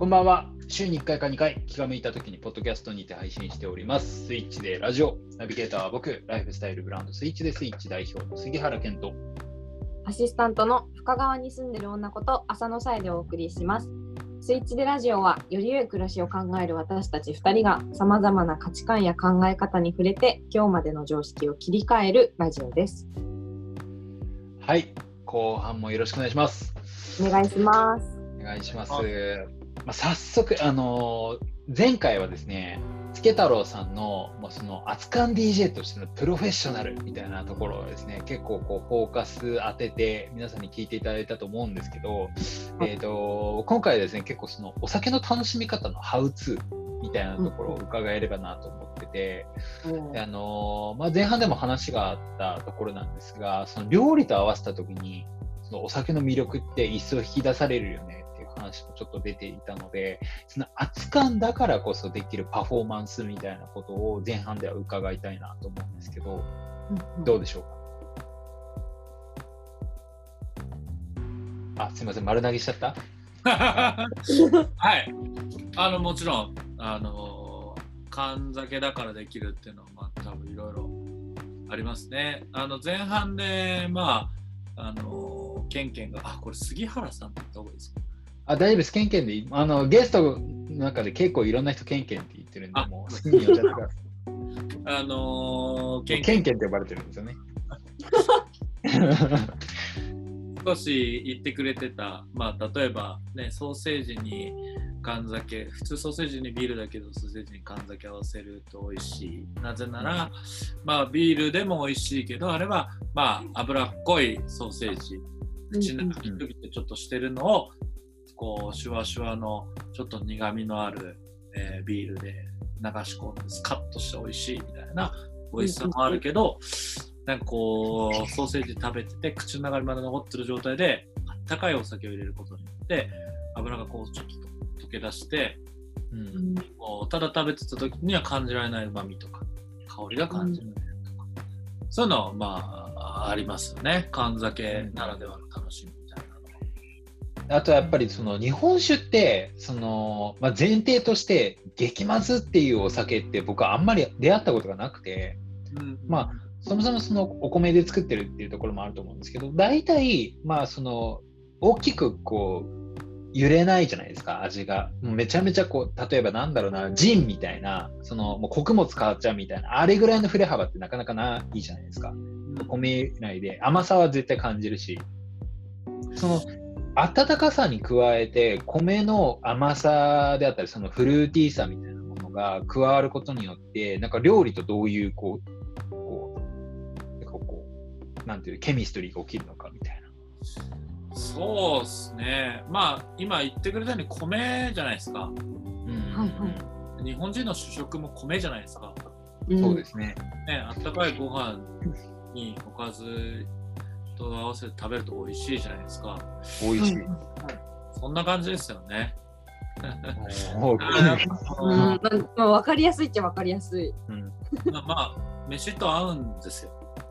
こんばんは。週に1回か2回、気が向いた時にポッドキャストにて配信しております。スイッチでラジオ。ナビゲーターは僕、ライフスタイルブランドスイッチでスイッチ代表の杉原健と、 アシスタントの深川に住んでる女こと浅野さえでお送りします。スイッチでラジオは、より良い暮らしを考える私たち2人が様々な価値観や考え方に触れて、今日までの常識を切り替えるラジオです。 はい、後半もよろしくお願いします。 お願いします。 お願いします。早速、前回はですね、つけ太郎さんのその熱燗 DJ としてのプロフェッショナルみたいなところをですね、結構こうフォーカス当てて皆さんに聞いていただいたと思うんですけど、今回はですね、結構そのお酒の楽しみ方のハウツーみたいなところを伺えればなと思ってて、前半でも話があったところなんですが、その料理と合わせた時にそのお酒の魅力って一層引き出されるよねっていう話もちょっと出ていたので、その熱燗だからこそできるパフォーマンスみたいなことを前半では伺いたいなと思うんですけど、どうでしょうか。すいません、丸投げしちゃったはい、もちろん燗酒だからできるっていうのは多分いろいろありますね。前半でケンケンがこれ杉原さんって言った方がいいですか？ 大丈夫です。ケンケンでいい。ゲストの中で結構いろんな人ケンケンって言ってるんで、もう好きに呼んじゃってください。ケンケンって呼ばれてるんですよね。 少し言ってくれてた、例えばね、ソーセージに燗酒、普通ソーセージにビールだけどソーセージに燗酒合わせると美味しい。なぜなら、ビールでも美味しいけど、あれは脂っこいソーセージ、口の中にグビってちょっとしてるのをこうシュワシュワのちょっと苦みのある、ビールで流し込んでスカッとして美味しいみたいな美味しさもあるけど、なんかこうソーセージ食べてて口の中にまだ残ってる状態であったかいお酒を入れることによって油がこうちょっと溶け出して、こうただ食べてた時には感じられない旨味とか香りが感じられるとか、そういうのはありますよね。燗酒ならではの楽しみみたいなの。 あとやっぱりその日本酒ってその、前提として激まずっていうお酒って僕はあんまり出会ったことがなくて、そもそもそのお米で作ってるっていうところもあると思うんですけど、大体その大きくこう揺れないじゃないですか、味が。めちゃめちゃこう、例えばジンみたいな、そのもう穀物変わっちゃうみたいな、あれぐらいの振れ幅ってなかなかないじゃないですか。お米内で甘さは絶対感じるし、その温かさに加えて米の甘さであったり、そのフルーティーさみたいなものが加わることによって、なんか料理とどういうなんていうケミストリーが起きるのかみたいな。 そうですね。今言ってくれたように米じゃないですか。日本人の主食も米じゃないですか。 そうですね。 あったかいご飯におかずと合わせて食べると美味しいじゃないですか。 美味しい。 そんな感じですよね。 分かりやすいっちゃ分かりやすい。 飯と合うんですよ。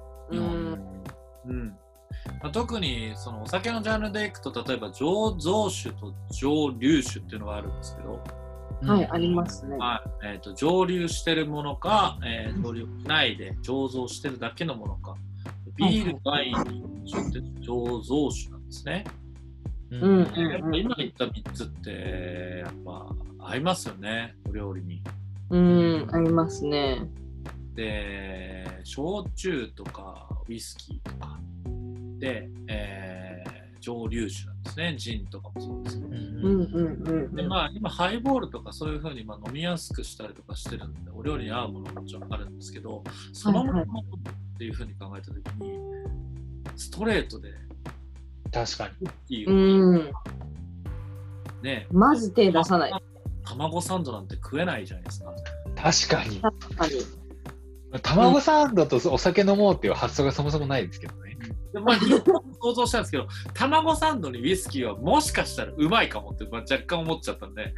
特にそのお酒のジャンルでいくと、例えば醸造酒と蒸留酒っていうのがあるんですけど、 ありますね。 蒸留してるものか、蒸留ないで醸造してるだけのものか、ビール、ワインに醸造酒なんですね。今言った3つってやっぱ合いますよね、お料理に。 合いますね。 で、焼酎とかウイスキーとかで、蒸留酒なんですね。ジンとかもそうですね。で今ハイボールとかそういう風に飲みやすくしたりとかしてるんで、お料理に合うものももちろんあるんですけど、そのものっていう風に考えたときに、ストレートで確かにね、 まず手出さない。 卵サンドなんて食えないじゃないですか。 確かに。卵サンドとお酒飲もうっていう発想がそもそもないですけどね。 想像したんですけど、卵サンドにウイスキーはもしかしたらうまいかもって、若干思っちゃったんで。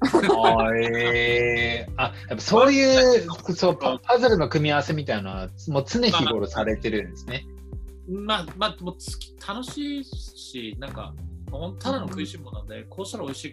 やっぱそういうパズルの組み合わせみたいなのはもう常日頃されてるんですね。 もう楽しいし、なんかただの食いしん坊なんで、こうしたら美味しいかもっていう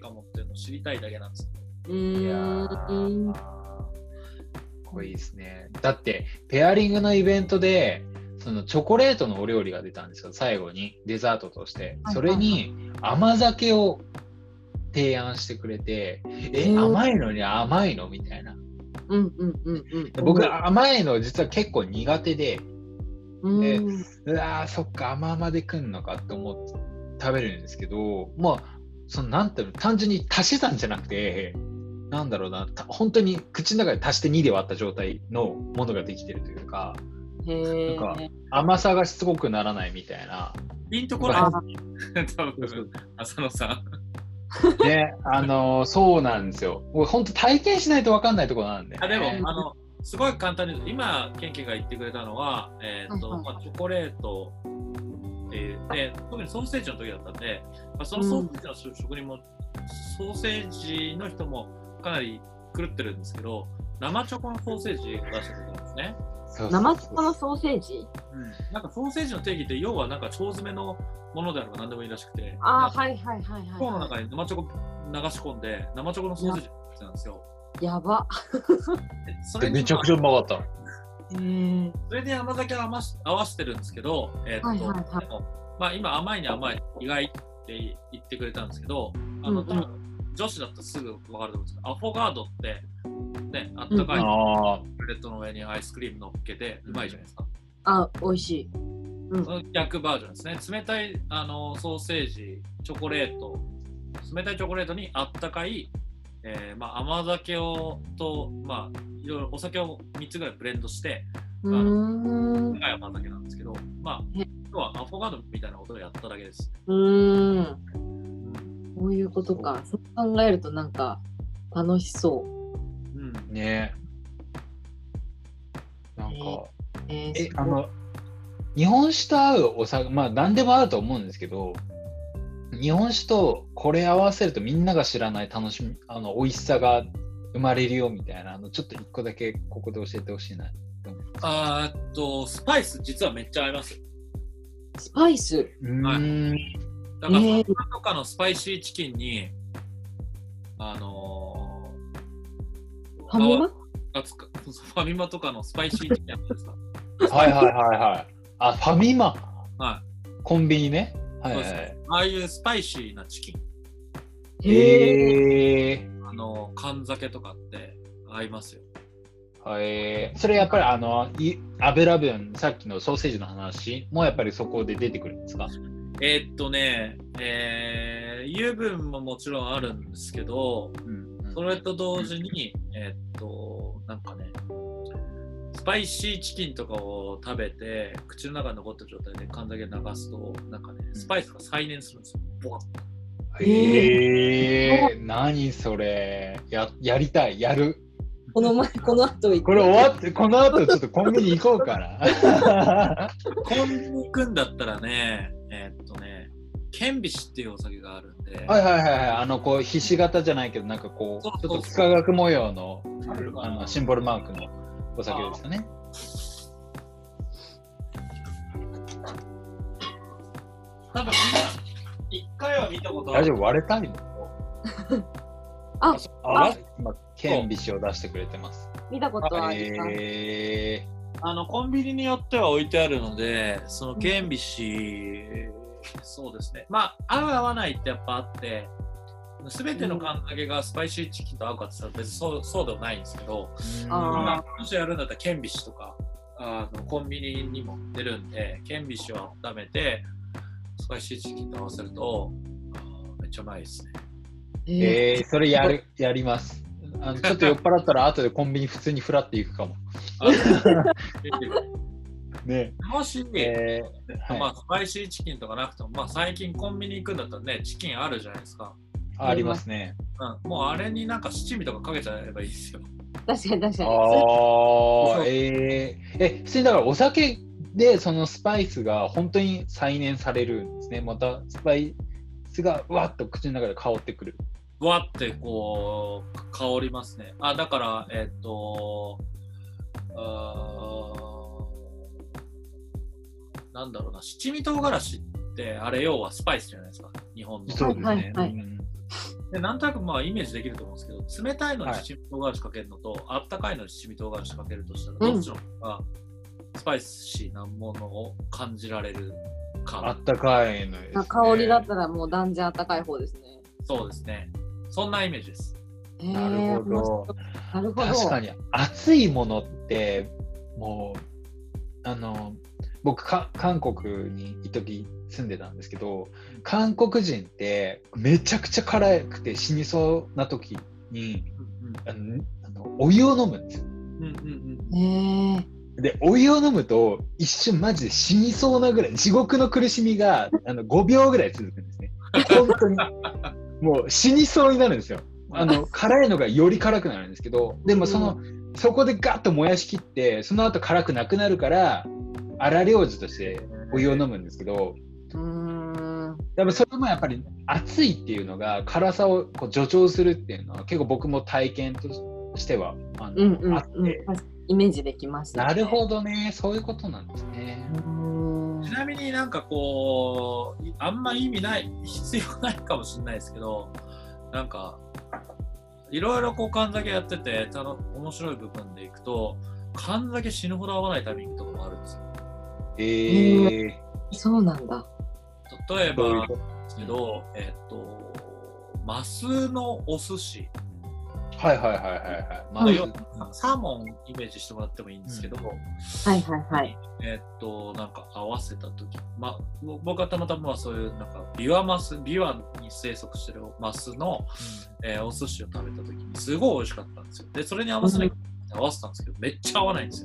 のを知りたいだけなんですよ。 いやーかっこいいですね。だってペアリングのイベントでそのチョコレートのお料理が出たんですよ、最後にデザートとして。それに甘酒を提案してくれて、甘いのに甘いのみたいな。僕甘いの実は結構苦手で、うわーそっか甘々でくんのかって思って食べるんですけど、まあそのなんていうの、単純に足し算じゃなくて、なんだろうな、本当に口の中で足して2で割った状態のものができてるというか、なんか甘さがしつこくならないみたいな。 ピンとこないです多分浅野さん。 ね、そうなんですよ。本当体験しないと分かんないところなんで、ね。 でもすごい簡単に今ケンケが言ってくれたのは、チョコレートで特にソーセージの時だったんで、そのソーセージの職人も、ソーセージの人もかなり狂ってるんですけど、生チョコのソーセージを出してくれたんですね。 生チョコのソーセージ？ なんかソーセージの定義って要はなんか腸詰めのものであれば何でもいいらしくて、 はい。 腸の中に生チョコ流し込んで生チョコのソーセージなんですよ。 やば。 それめちゃくちゃうまかった。 それで甘酒を合わせてるんですけど、まあ今甘いに甘い意外って言ってくれたんですけど、多分女子だとすぐ分かると思うんですけど、アフォガードってね、あったかいブレッドの上にアイスクリーム乗っけてうまいじゃないですか。 美味しい。 その逆バージョンですね。冷たいソーセージ、チョコレート、冷たいチョコレートにあったかい、甘酒をと、いろいろお酒を3つぐらいブレンドして、甘酒なんですけど、今日はアフォガードみたいなことをやっただけです。 そういうことか。そう考えるとなんか楽しそう。 ね。なんか、日本酒と合うお酒、何でも合うと思うんですけど、日本酒とこれ合わせるとみんなが知らない楽しみ、美味しさが生まれるよみたいなちょっと一個だけここで教えてほしいな。 スパイス実はめっちゃ合います。 スパイス？ だからファミマとかのスパイシーチキンにファミマ？ ファミマとかのスパイシーチキンあるんですか？ はい。ファミマ。 はい。 コンビニね。 ああいうスパイシーなチキン。缶酒とかって合いますよ。 それやっぱり油分、さっきのソーセージの話もやっぱりそこで出てくるんですか？ 油分ももちろんあるんですけど、それと同時になんかね、スパイシーチキンとかを食べて口の中に残った状態で缶酒流すとなんかね、スパイスが再燃するんですよ。ボワッと。 何それ、やりたい、やる。 この後これ終わって、この後ちょっとコンビニ行こうかな。 コンビニ行くんだったらね、ケンビシっていうお酒があるんで。 こう、ひし形じゃないけど、なんかこう、ちょっと幾何学模様の、シンボルマークのお酒ですよね。 多分みんな、一回は見たことある。 大丈夫、割れたいの？今、ケンビシを出してくれてます。 見たことある。 コンビニによっては置いてあるので、そのケンビシ、そうですね。合う合わないってやっぱあって、すべての缶酒がスパイシーチキンと合うかって言ったら別にそうではないんですけど、もしやるんだったらケンビシとかコンビニにも出るんで、ケンビシを温めてスパイシーチキンと合わせるとめっちゃうまいですね。 それやります。ちょっと酔っ払ったら後でコンビニ普通にフラっていくかも。ね、 もし、スパイシーチキンとかなくても、最近コンビニ行くんだったらね、チキンあるじゃないですか。 ありますね。 もうあれになんか七味とかかけちゃえばいいですよ。 確かに。 普通にだからお酒でそのスパイスが本当に再燃されるんですね。またスパイスがわっと口の中で香ってくる。 わってこう香りますね。だからなんだろうな、七味唐辛子ってあれ要はスパイスじゃないですか、日本の。 そうですね。 でなんとなくまあイメージできると思うんですけど、冷たいのに七味唐辛子かけるのと、あったかいのに七味唐辛子かけるとしたら、どっちの方がスパイシーなものを感じられるか。 あったかいのですね。 香りだったらもう断然あったかい方ですね。 そうですね。そんなイメージです。 なるほど。 なるほど。 確かに熱いものってもう僕韓国に一時住んでたんですけど、韓国人ってめちゃくちゃ辛くて死にそうな時に、お湯を飲むんですよ。でお湯を飲むと一瞬マジで死にそうなぐらい地獄の苦しみが5秒ぐらい続くんですね。本当にもう死にそうになるんですよ。辛いのがより辛くなるんですけど、でもそこでガッと燃やしきってその後辛くなくなるから荒療治としてお湯を飲むんですけど、でもそれもやっぱり熱いっていうのが辛さをこう助長するっていうのは結構僕も体験としてはあってイメージできました、ね。 なるほどね、そういうことなんですね。 ちなみになんかこうあんま意味ない必要ないかもしれないですけど、なんかいろいろこう缶酒やってて面白い部分でいくと缶酒死ぬほど合わないタイミングとかもあるんですよ。 そうなんだ。 例えばですけど、マスのお寿司。 はいはいはいはいはい。 サーモンイメージしてもらってもいいんですけど、 はいはいはい。 なんか合わせたとき、僕はたまたまそういうなんかビワに生息してるマスの、お寿司を食べたときにすごい美味しかったんですよ。で、それに合わせたんですけど、めっちゃ合わないんですよ。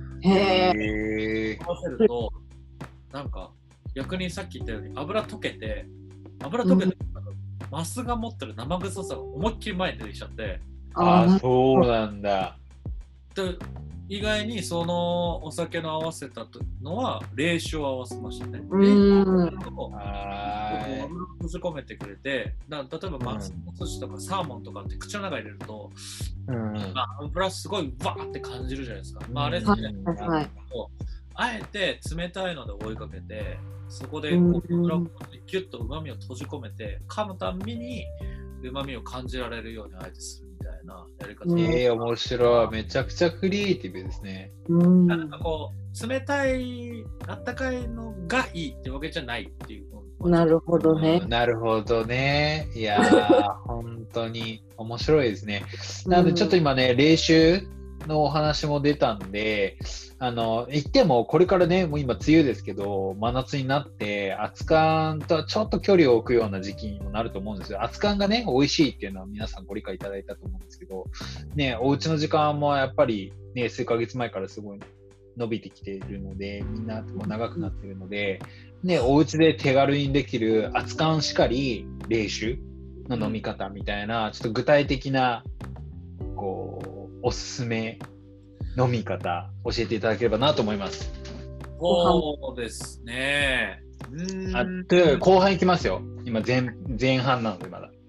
合わせると、なんか逆にさっき言ったように油溶けて、マスが持ってる生臭さが思いっきり前に出てきちゃって。 そうなんだ。 で意外にそのお酒の合わせたのは冷酒を合わせましたね。油を閉じ込めてくれて、例えばマスの寿司とかサーモンとかって口の中に入れると、油すごいわーって感じるじゃないですか。あれ好きなんですけど、あえて冷たいので追いかけて、そこでこう油をギュッと旨味を閉じ込めて、噛むたんびに旨味を感じられるようにあえてするみたいなやり方。 面白い。めちゃくちゃクリエイティブですね。 なんかこう冷たいあったかいのがいいってわけじゃないっていう。 なるほどね。 なるほどね。いやー本当に面白いですね。なのでちょっと今ね、冷酒のお話も出たんで、言ってもこれからね、もう今梅雨ですけど、真夏になって熱燗とはちょっと距離を置くような時期にもなると思うんですよ。熱燗がね、美味しいっていうのは皆さんご理解いただいたと思うんですけど、ね、お家の時間もやっぱりね、数ヶ月前からすごい伸びてきているので、みんな長くなっているので、ね、お家で手軽にできる熱燗しかり冷酒の飲み方みたいな、ちょっと具体的なこうおすすめ飲み方教えていただければなと思います。 そうですね。 というより後半いきますよ。今前半なのでまだ。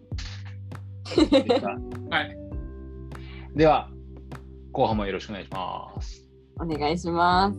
はい。 では後半もよろしくお願いします。 お願いします。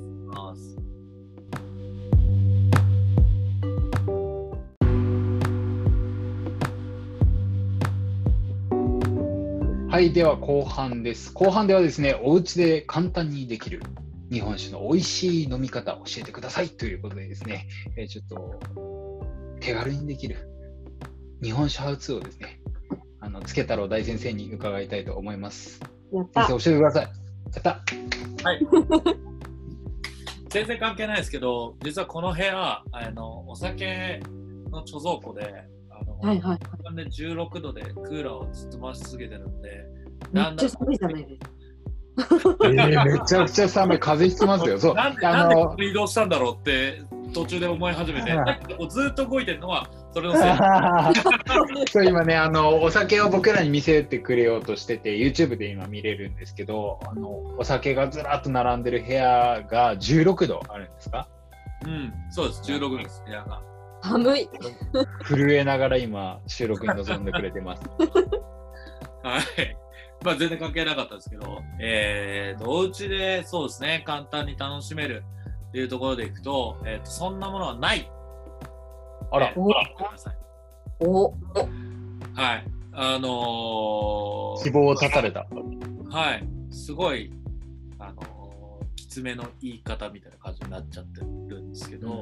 はい、では後半です。後半ではですね、お家で簡単にできる日本酒の美味しい飲み方を教えてくださいということでですね、ちょっと手軽にできる日本酒ハウツーをですね、助太郎大先生に伺いたいと思います。 やった。 先生教えてください。やった。 はい。全然関係ないですけど、実はこの部屋、お酒の貯蔵庫で、で16度でクーラーをずっと回し続けてるんで、 めっちゃ寒いじゃないですか。 めちゃくちゃ寒い。風邪ひきますよ。そう。 なんで移動したんだろうって途中で思い始めて、ずっと動いてるのはそれのせい。 そう今ね、お酒を僕らに見せてくれようとしてて YouTube で今見れるんですけど、お酒がずらっと並んでる部屋が16度あるんですか？ そうです。16度です、部屋が。 寒い。 震えながら今収録に臨んでくれてます。 はい。全然関係なかったですけど、お家でそうですね、簡単に楽しめるっていうところでいくと、そんなものはない。 あら。 ごめんなさい。 はい。 希望を絶たれた。 はい、すごいきつめの言い方みたいな感じになっちゃってるんですけど、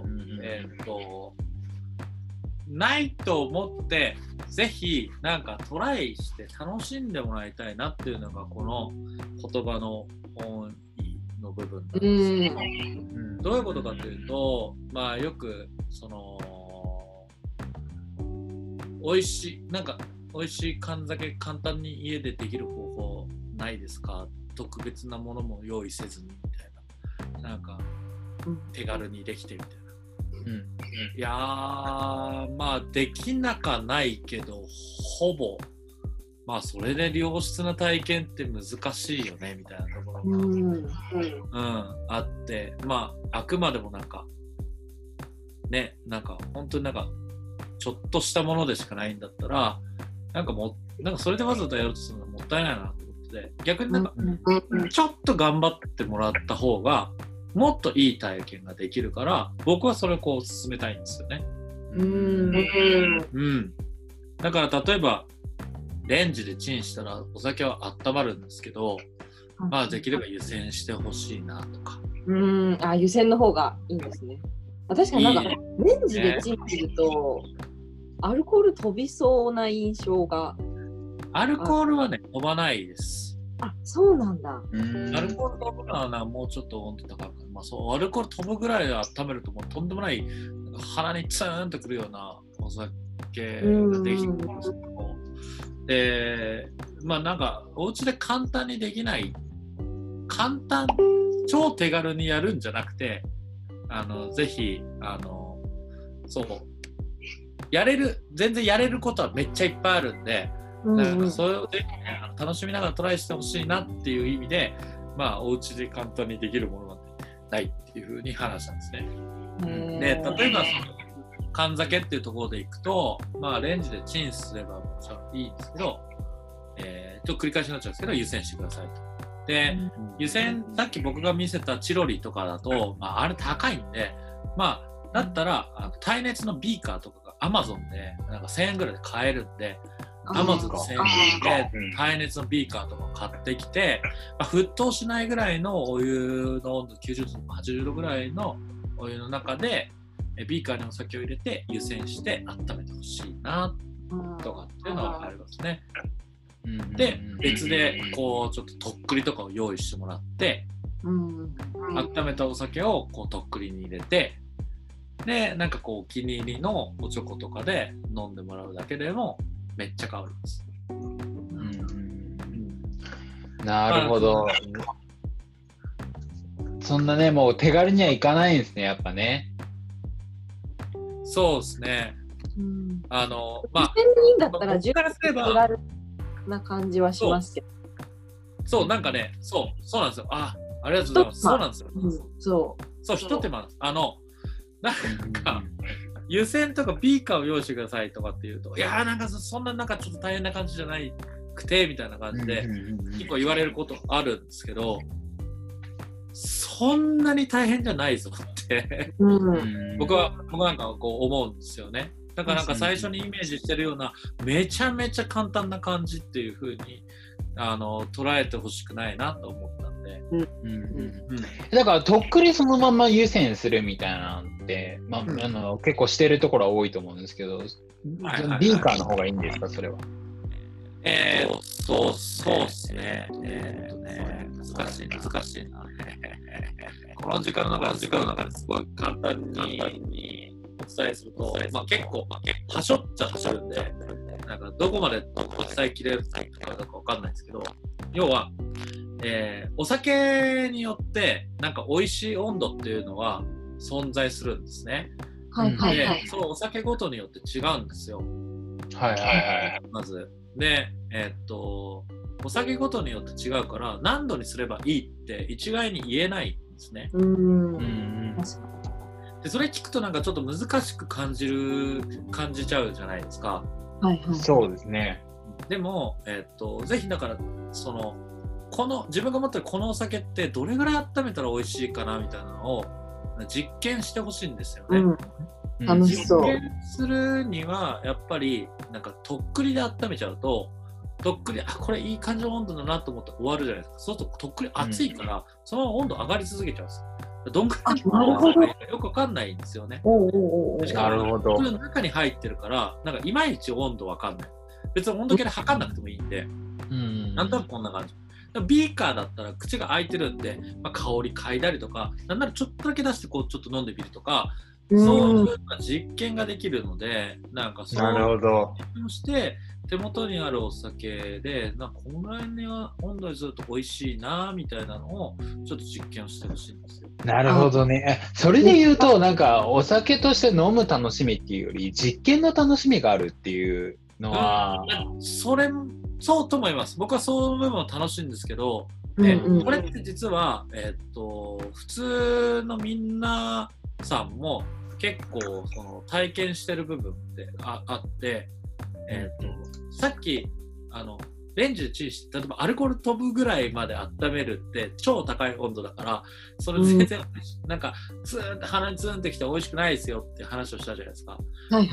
ないと思ってぜひなんかトライして楽しんでもらいたいなっていうのがこの言葉の本意の部分なんですけど、どういうことかというと、まあよくその美味しい缶酒簡単に家でできる方法ないですか、特別なものも用意せずにみたいな、なんか手軽にできてみたいな、いやーまあできなかないけどほぼまあそれで良質な体験って難しいよねみたいなところが、あって、まああくまでもなんかね、なんか本当になんかちょっとしたものでしかないんだったらなんかそれでわざわざやろうとするのはもったいないなと思ってて、逆になんかちょっと頑張ってもらった方がもっといい体験ができるから僕はそれをこう進めたいんですよね。だから例えばレンジでチンしたらお酒は温まるんですけど、まあできれば湯煎してほしいなとか。 湯煎の方がいいんですね。確かになんかレンジでチンするとアルコール飛びそうな印象が。 アルコールはね飛ばないです。 あ、そうなんだ。 アルコール飛ぶのはもうちょっと温度高く、まあそうアルコール飛ぶぐらいで温めるともうとんでもないなんか鼻にツーンとくるようなお酒ができるんですけど、でまあなんかお家で簡単にできない超手軽にやるんじゃなくてぜひそう全然やれることはめっちゃいっぱいあるんで、なんかそれをぜひね楽しみながらトライしてほしいなっていう意味で、まあお家で簡単にできるものなんてないっていう風に話したんですね。で例えばその缶酒っていうところでいくと、まあレンジでチンすればもちろんいいんですけど、ちょっと繰り返しになっちゃうんですけど湯煎してくださいと。で湯煎さっき僕が見せたチロリとかだと、まあ、あれ高いんで、まあだったら耐熱のビーカーとかが Amazon でなんか1000円ぐらいで買えるんで、Amazon で1000円で耐熱のビーカーとかを買ってきて、まあ、沸騰しないぐらいのお湯の温度90度とか80度ぐらいのお湯の中でビーカーにお酒を入れて湯煎して温めてほしいなとかっていうのはありますね。で別でこうちょっととっくりとかを用意してもらって、温めたお酒をこうとっくりに入れて、でなんかこうお気に入りのおチョコとかで飲んでもらうだけでもめっちゃ香るんです。 なるほど。そんなねもう手軽にはいかないんですねやっぱね。 そうですね。まあだったら僕からすれば手軽な感じはしますけど。 そうなんかねそうなんですよ。ありがとうございます。そうなんですよ。そう一手間なんです。なんか湯煎とかビーカーを用意してくださいとかっていうと、いやーなんかそんななんかちょっと大変な感じじゃないくてみたいな感じで結構言われることあるんですけど、そんなに大変じゃないぞって僕はなんかこう思うんですよね。だからなんか最初にイメージしてるようなめちゃめちゃ簡単な感じっていう風に捉えてほしくないなと思ったんで、 だからとっくりそのまま湯煎するみたいなのって、まあ結構してるところは多いと思うんですけど、ビーカーの方がいいんですかそれは。 そうですね。難しいな。この時間の中ですごい簡単にお伝えすると、まあ、結構はしょっちゃはしょるんで、なんかどこまで伝えきれるかわかんないですけど、要は、お酒によってなんか美味しい温度っていうのは存在するんですね。で、そのお酒ごとによって違うんですよ。まず。で、お酒ごとによって違うから何度にすればいいって一概に言えないんですね。でそれ聞くとなんかちょっと難しく感じちゃうじゃないですか。 そうですね。 でも、ぜひだからこの自分が持ってるこのお酒ってどれぐらい温めたら美味しいかなみたいなのを実験してほしいんですよね。 楽しそう。 実験するにはやっぱりなんかとっくりで温めちゃうと、とっくりこれいい感じの温度だなと思って終わるじゃないですか。そうするととっくり熱いから、そのまま温度上がり続けちゃうんですよ。どんくらいよくわかんないんですよね。しかもなるほど。 中に入ってるからなんかいまいち温度わかんない。別に温度計で測んなくてもいいんで、なんとなくこんな感じ。ビーカーだったら口が開いてるんで、香り嗅いだりとか、なんならちょっとだけ出してこうちょっと飲んでみるとか、そういう実験ができるので、なんかそういう実験をして手元にあるお酒でなんかこのぐらいの温度にすると美味しいなみたいなのをちょっと実験をしてほしいんですよ。 なるほどね。それで言うとなんかお酒として飲む楽しみっていうより実験の楽しみがあるっていうのは、 そうと思います。僕はそういう部分も楽しいんですけど、これって実は、普通のみんなさんも結構その体験してる部分ってあって、さっきレンジでチンして、例えばアルコール飛ぶぐらいまで温めるって超高い温度だから、それ全然、なんかツーンって鼻にツーンってきて美味しくないですよって話をしたじゃないですか。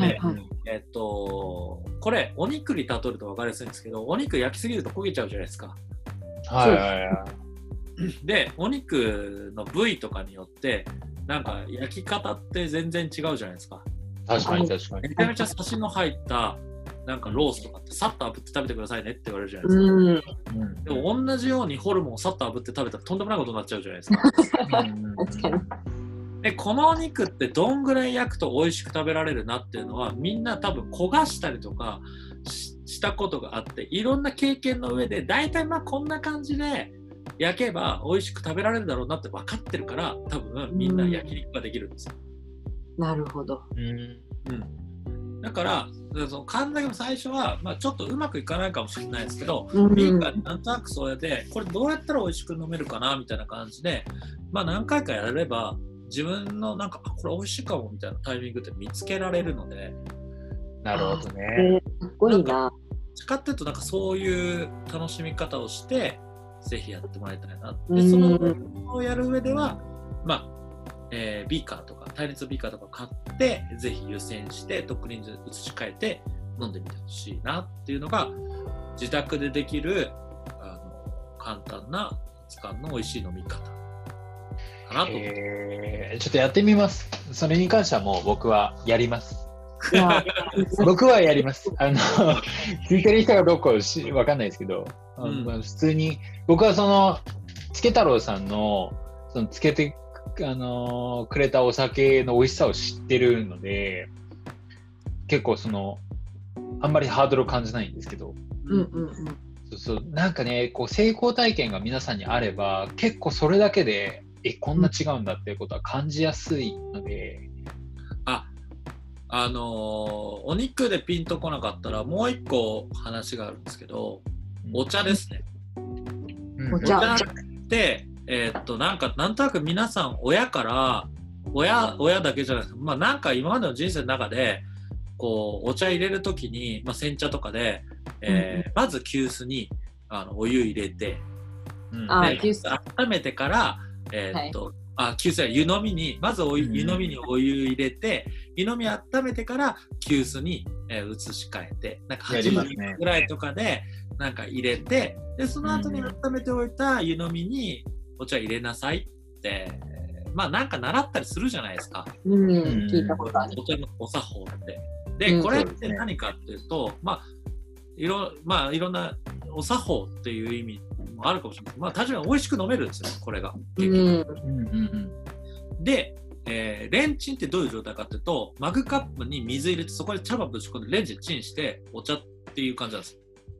これお肉に例えると分かりやすいんですけど、お肉焼きすぎると焦げちゃうじゃないですか。でお肉の部位とかによってなんか焼き方って全然違うじゃないですか。 確かに確かに。 めちゃめちゃサシの入ったなんかロースとかってさっと炙って食べてくださいねって言われるじゃないですか。でも同じようにホルモンをさっと炙って食べたらとんでもないことになっちゃうじゃないですか。 確かに。 でこのお肉ってどんぐらい焼くと美味しく食べられるなっていうのはみんな多分焦がしたりとかしたことがあって、いろんな経験の上で大体こんな感じで焼けば美味しく食べられるだろうなって分かってるから、多分みんな焼肉ができるんですよ。 なるほど。 だからその神崎も最初は、ちょっとうまくいかないかもしれないですけど、ビーカーなんとなくそうやってこれどうやったら美味しく飲めるかなみたいな感じで、何回かやれば自分のなんかこれ美味しいかもみたいなタイミングって見つけられるので。 なるほどね。 かっこいいな。 使ってるとなんかそういう楽しみ方をしてぜひやってもらいたいな。でそのをやる上ではビーカーとか耐熱ビーカーとか買ってぜひ湯煎してとっくりに移し替えて飲んでみてほしいなっていうのが自宅でできる簡単な熱燗の美味しい飲み方かなと思って、 ちょっとやってみます。それに関してはもう僕はやります。僕はやります。聞いてる人がどこわかんないですけど、普通に僕はそのつけ太郎さんのそのつけてくれたお酒の美味しさを知ってるので、結構あんまりハードルを感じないんですけど、なんかね、こう成功体験が皆さんにあれば結構それだけでこんな違うんだっていうことは感じやすいので、 お肉でピンとこなかったらもう一個話があるんですけど、お茶ですね。お茶ってなんとなく皆さん親だけじゃないですか、なんか今までの人生の中でこうお茶入れるときに、煎茶とかで、まず急須にお湯入れて、温めてから急須や湯飲みにまず湯飲みにお湯入れて、湯飲み温めてから急須に、移し替えてなんか8分ぐらいとかでなんか入れて、でその後に温めておいた湯飲みにお茶入れなさいってなんか習ったりするじゃないですか。 聞いたことある。 お茶のお作法って。でこれって何かっていうと、いろんなお作法っていう意味もあるかもしれない。確かに美味しく飲めるんですよこれが結局。で、レンチンってどういう状態かっていうと、マグカップに水入れてそこで茶葉ぶち込んでレンジでチンしてお茶っていう感じなんですよ。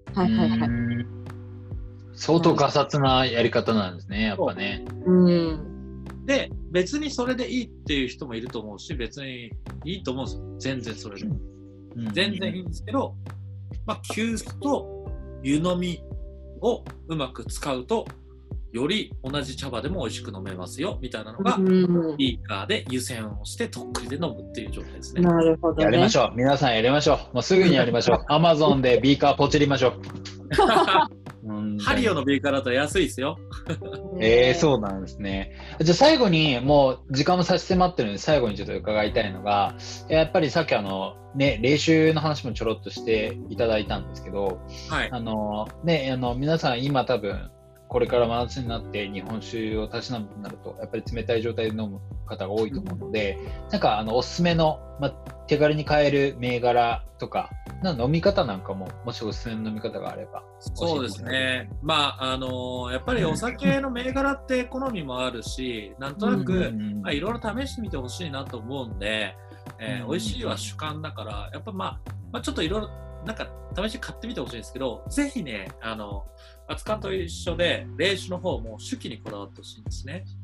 相当ガサツなやり方なんですね、やっぱね。 で別にそれでいいっていう人もいると思うし、別にいいと思うんですよ。全然それで、全然いいんですけど、急須と湯飲みをうまく使うとより同じ茶葉でも美味しく飲めますよみたいなのが、ビーカーで湯煎をしてとっくりで飲むっていう状態ですね。 なるほどね。 やりましょう。皆さんやりましょう。もうすぐにやりましょう。Amazon でビーカーポチりましょう。 ハリオのビーカーだと安いですよ。 そうなんですね。じゃあ最後に、もう時間も差し迫ってるので、最後にちょっと伺いたいのが、やっぱりさっき練習の話もちょろっとしていただいたんですけど、 はい。 皆さん今多分、これから真夏になって日本酒をたしなむとなると、やっぱり冷たい状態で飲む方が多いと思うので、なんかおすすめの、手軽に買える銘柄とか、飲み方なんかも、もしおすすめの飲み方があれば。 そうですね。やっぱりお酒の銘柄って好みもあるし、なんとなく、いろいろ試してみてほしいなと思うんで、美味しいは主観だから、やっぱちょっといろいろ、なんか試し買ってみてほしいんですけど、ぜひね、熱燗と一緒で、冷酒の方も酒器にこだわってほしいんですね。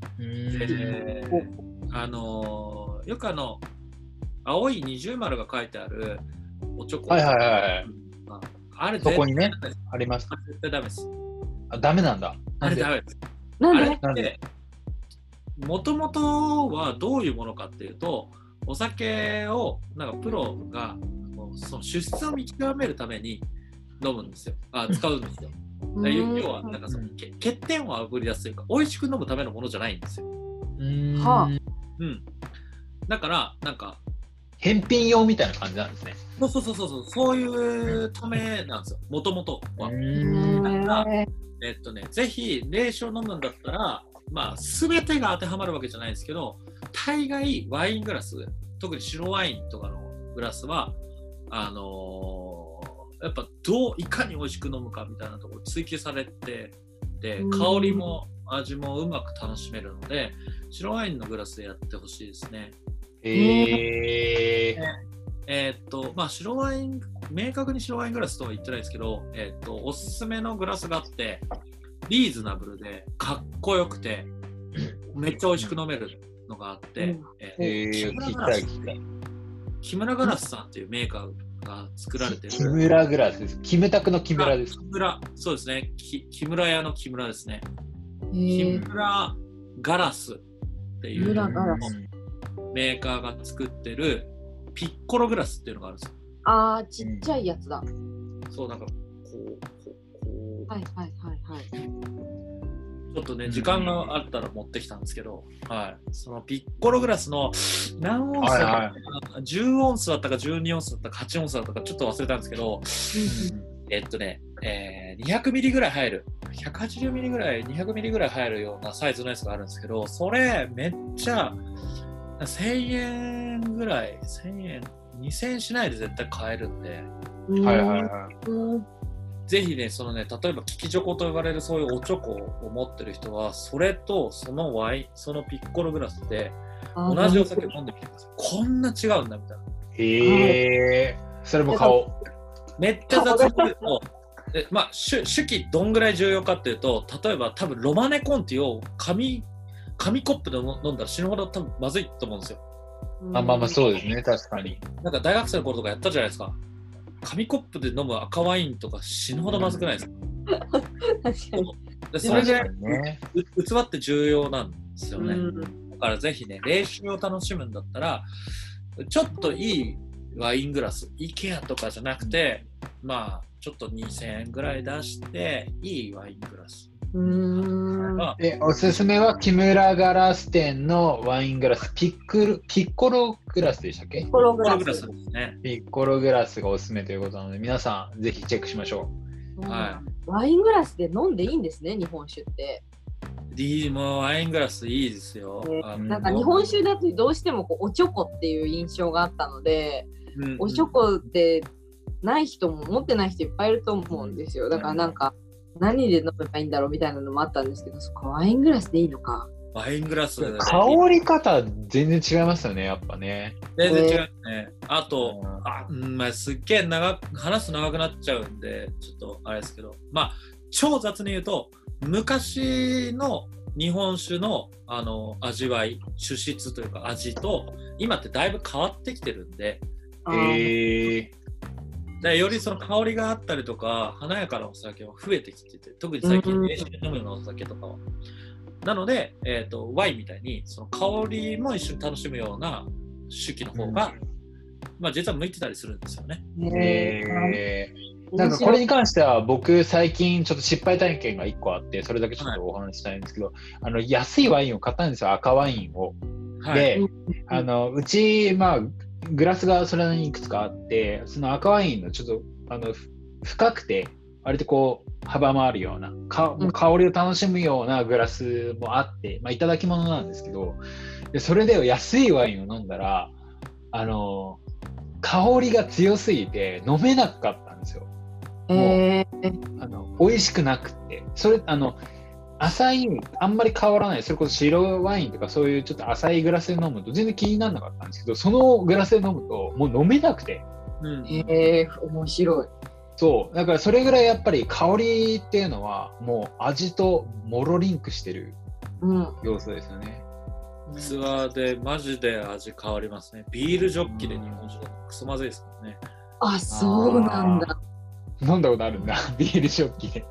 よく青い二重丸が書いてあるおちょこ。あれそこにね、あります。 絶対ダメです。 ダメなんだ。 あれダメです。 なんでもともとはどういうものかっていうと、お酒をなんかプロがその出質を見極めるために飲むんですよ。使うんですよ。要はなんかその欠点をあぶり出すというか、美味しく飲むためのものじゃないんですよ。だからなんか返品用みたいな感じなんですね。 そういうためなんですよ。もともとは。だからぜひ冷酒を飲むんだったら、全てが当てはまるわけじゃないですけど、大概ワイングラス、特に白ワインとかのグラスはやっぱいかに美味しく飲むかみたいなところ追求されて、で香りも味もうまく楽しめるので、白ワインのグラスでやってほしいですね。白ワイン、明確に白ワイングラスとは言ってないですけど、おすすめのグラスがあって、リーズナブルでかっこよくてめっちゃ美味しく飲めるのがあって、木村ガラスさんっていうメーカーが作られてる。 木村グラスです。キムタクの木村です。 そうですね。木村屋の木村ですね。木村ガラスっていうメーカーが作ってるピッコログラスっていうのがあるんですよ。 ちっちゃいやつだ。 そう、なんかこう。 はい。 ちょっとね、時間があったら持ってきたんですけど、そのピッコログラスの何オンスだったか、10オンスだったか12オンスだったか8オンスだったかちょっと忘れたんですけど、200ミリぐらい入る、180ミリぐらい、200ミリぐらい入るようなサイズのやつがあるんですけど、それめっちゃ1000円ぐらい、1000円、2000円しないで絶対買えるんで、ぜひね、例えば利きチョコと呼ばれるそういうおチョコを持ってる人は、それとそのワイン、そのピッコログラスで同じお酒を飲んでみてください。こんな違うんだみたいな。 それも買おう。 めっちゃ雑に言うと、酒器どんぐらい重要かっていうと、例えば多分ロマネコンティを紙コップで飲んだら死ぬほど多分まずいと思うんですよ。 そうですね、確かに。 なんか大学生の頃とかやったじゃないですか。紙コップで飲む赤ワインとか死ぬほどまずくないですか？それぐらい器って重要なんですよね。だからぜひね、冷酒を楽しむんだったら、ちょっといいワイングラス、IKEA とかじゃなくて、ちょっと2000円ぐらい出していいワイングラス。 おすすめは木村ガラス店のワイングラス、ピッコログラスでしたっけ？ ピッコログラスですね。 ピッコログラスがおすすめということなので、皆さんぜひチェックしましょう。 ワイングラスで飲んでいいんですね、日本酒って。 もうワイングラスいいですよ。 なんか日本酒だとどうしてもおちょこっていう印象があったので、おちょこってない人も持ってない人いっぱいいると思うんですよ。だからなんか何で飲めばいいんだろうみたいなのもあったんですけど、そこワイングラスでいいのか。 ワイングラス、 香り方全然違いますよね、やっぱね。 全然違うね。あと、すっげえ話す長くなっちゃうんで、ちょっとあれですけど、超雑に言うと、昔の日本酒の味わい、主質というか味と、今ってだいぶ変わってきてるんで、よりその香りがあったりとか華やかなお酒は増えてきてて、特に最近冷酒で飲むようなお酒とかはなので、ワインみたいにその香りも一緒に楽しむような酒器の方がまあ、実は向いてたりするんですよね。 なんかこれに関しては僕最近ちょっと失敗体験が1個あって、それだけちょっとお話ししたいんですけど、安いワインを買ったんですよ、赤ワインを。で、うち、まあ、グラスがそれなりにいくつかあって、その赤ワインのちょっと深くて割とこう幅もあるような香りを楽しむようなグラスもあって、まあ、いただき物なんですけど、でそれで安いワインを飲んだら香りが強すぎて飲めなかったんですよ。もう美味しくなくて、それ浅いあんまり変わらない、それこそ白ワインとかそういうちょっと浅いグラスで飲むと全然気にならなかったんですけど、そのグラスで飲むともう飲めなくて、 面白い。 そうだからそれぐらいやっぱり香りっていうのはもう味ともろリンクしてる要素ですよね。 器でマジで味変わりますね。ビールジョッキで日本酒だとクソまずいですからね。 あ、そうなんだ。 飲んだことあるんだ、ビールジョッキで。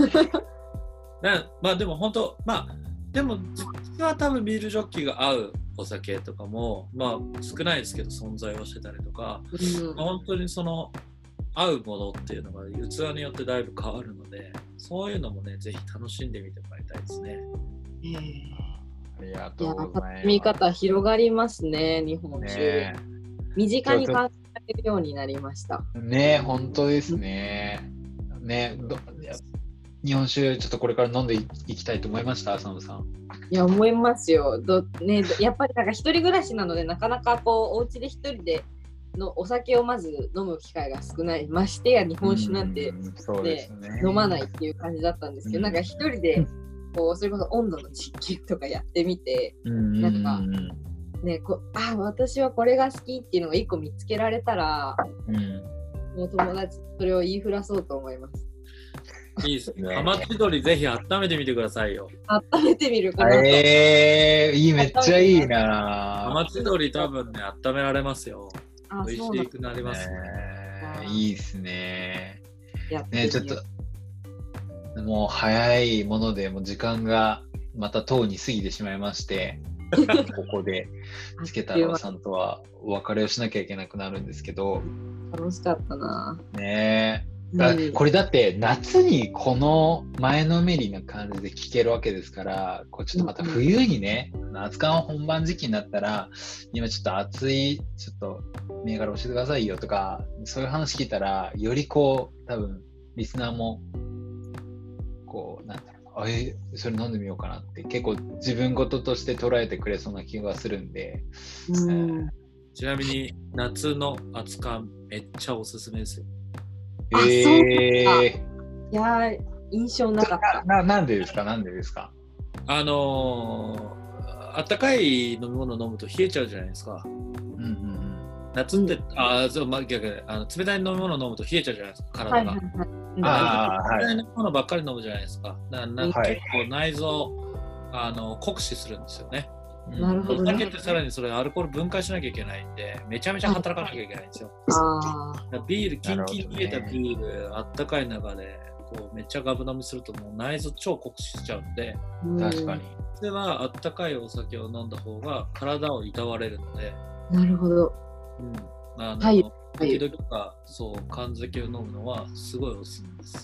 まあでも本当、まあでも実は多分ビールジョッキが合うお酒とかもまあ少ないですけど存在をしてたりとか、まあ、本当にその合うものっていうのが器によってだいぶ変わるので、そういうのもねぜひ楽しんでみてもらいたいですね。 ありがとうございます。 楽しみ方広がりますね、日本酒。身近に感じられるようになりました。 ね、本当ですね。ね、日本酒ちょっとこれから飲んでいきたいと思いました、浅野さん。 いや、思いますよ。やっぱりなんか一人暮らしなので、なかなかこうお家で一人でのお酒をまず飲む機会が少ない。ましてや日本酒なんて、飲まないっていう感じだったんですけど、なんか一人でこうそれこそ温度の実験とかやってみて、なんかね、私はこれが好きっていうのが一個見つけられたら、もう友達それを言いふらそうと思います。 いいですね。浜千鳥ぜひ温めてみてくださいよ。 温めてみるかな。いい、めっちゃいいな。 浜千鳥多分ね、温められますよ。美味しくなりますね。 いいですね。ね、ちょっともう早いものでもう時間がまたとうに過ぎてしまいまして、ここで助太郎さんとはお別れをしなきゃいけなくなるんですけど。 楽しかったな。 ねえ。これだって夏にこの前のめりな感じで聴けるわけですから、こうちょっとまた冬にね、熱燗本番時期になったら、今ちょっと熱いちょっと銘柄教えてくださいよとか、そういう話聞いたらよりこう多分リスナーもこうなんだろう、それ飲んでみようかなって結構自分事として捉えてくれそうな気がするんで。 ちなみに夏の熱燗めっちゃおすすめですよ。 いや印象なかった。 なんでですか？あったかい飲み物を飲むと冷えちゃうじゃないですか。夏って逆で冷たい飲み物を飲むと冷えちゃうじゃないですか、体が。冷たい飲み物ばっかり飲むじゃないですか。結構内臓酷使するんですよね。 なるほどね。 お酒ってさらにそれアルコール分解しなきゃいけないんで、めちゃめちゃ働かなきゃいけないんですよ。ビール、キンキンに冷えたビール、あったかい中でこうめっちゃガブ飲みするともう内臓超酷使しちゃうんで、 確かに。 それはあったかいお酒を飲んだ方が体をいたわれるので。 なるほど。 時々かそう缶酒を飲むのはすごいおすすめです。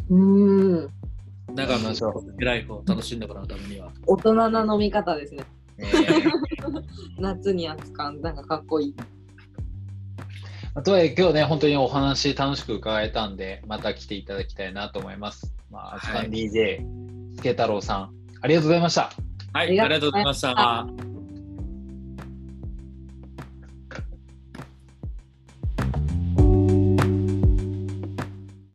長くライフを楽しんでもらうためには大人な飲み方ですね。夏に熱燗なんかかっこいい。 とはいえ今日ね本当にお話楽しく伺えたんでまた来ていただきたいなと思います。熱燗 DJ 助太郎さんありがとうございました。 はい、ありがとうございました。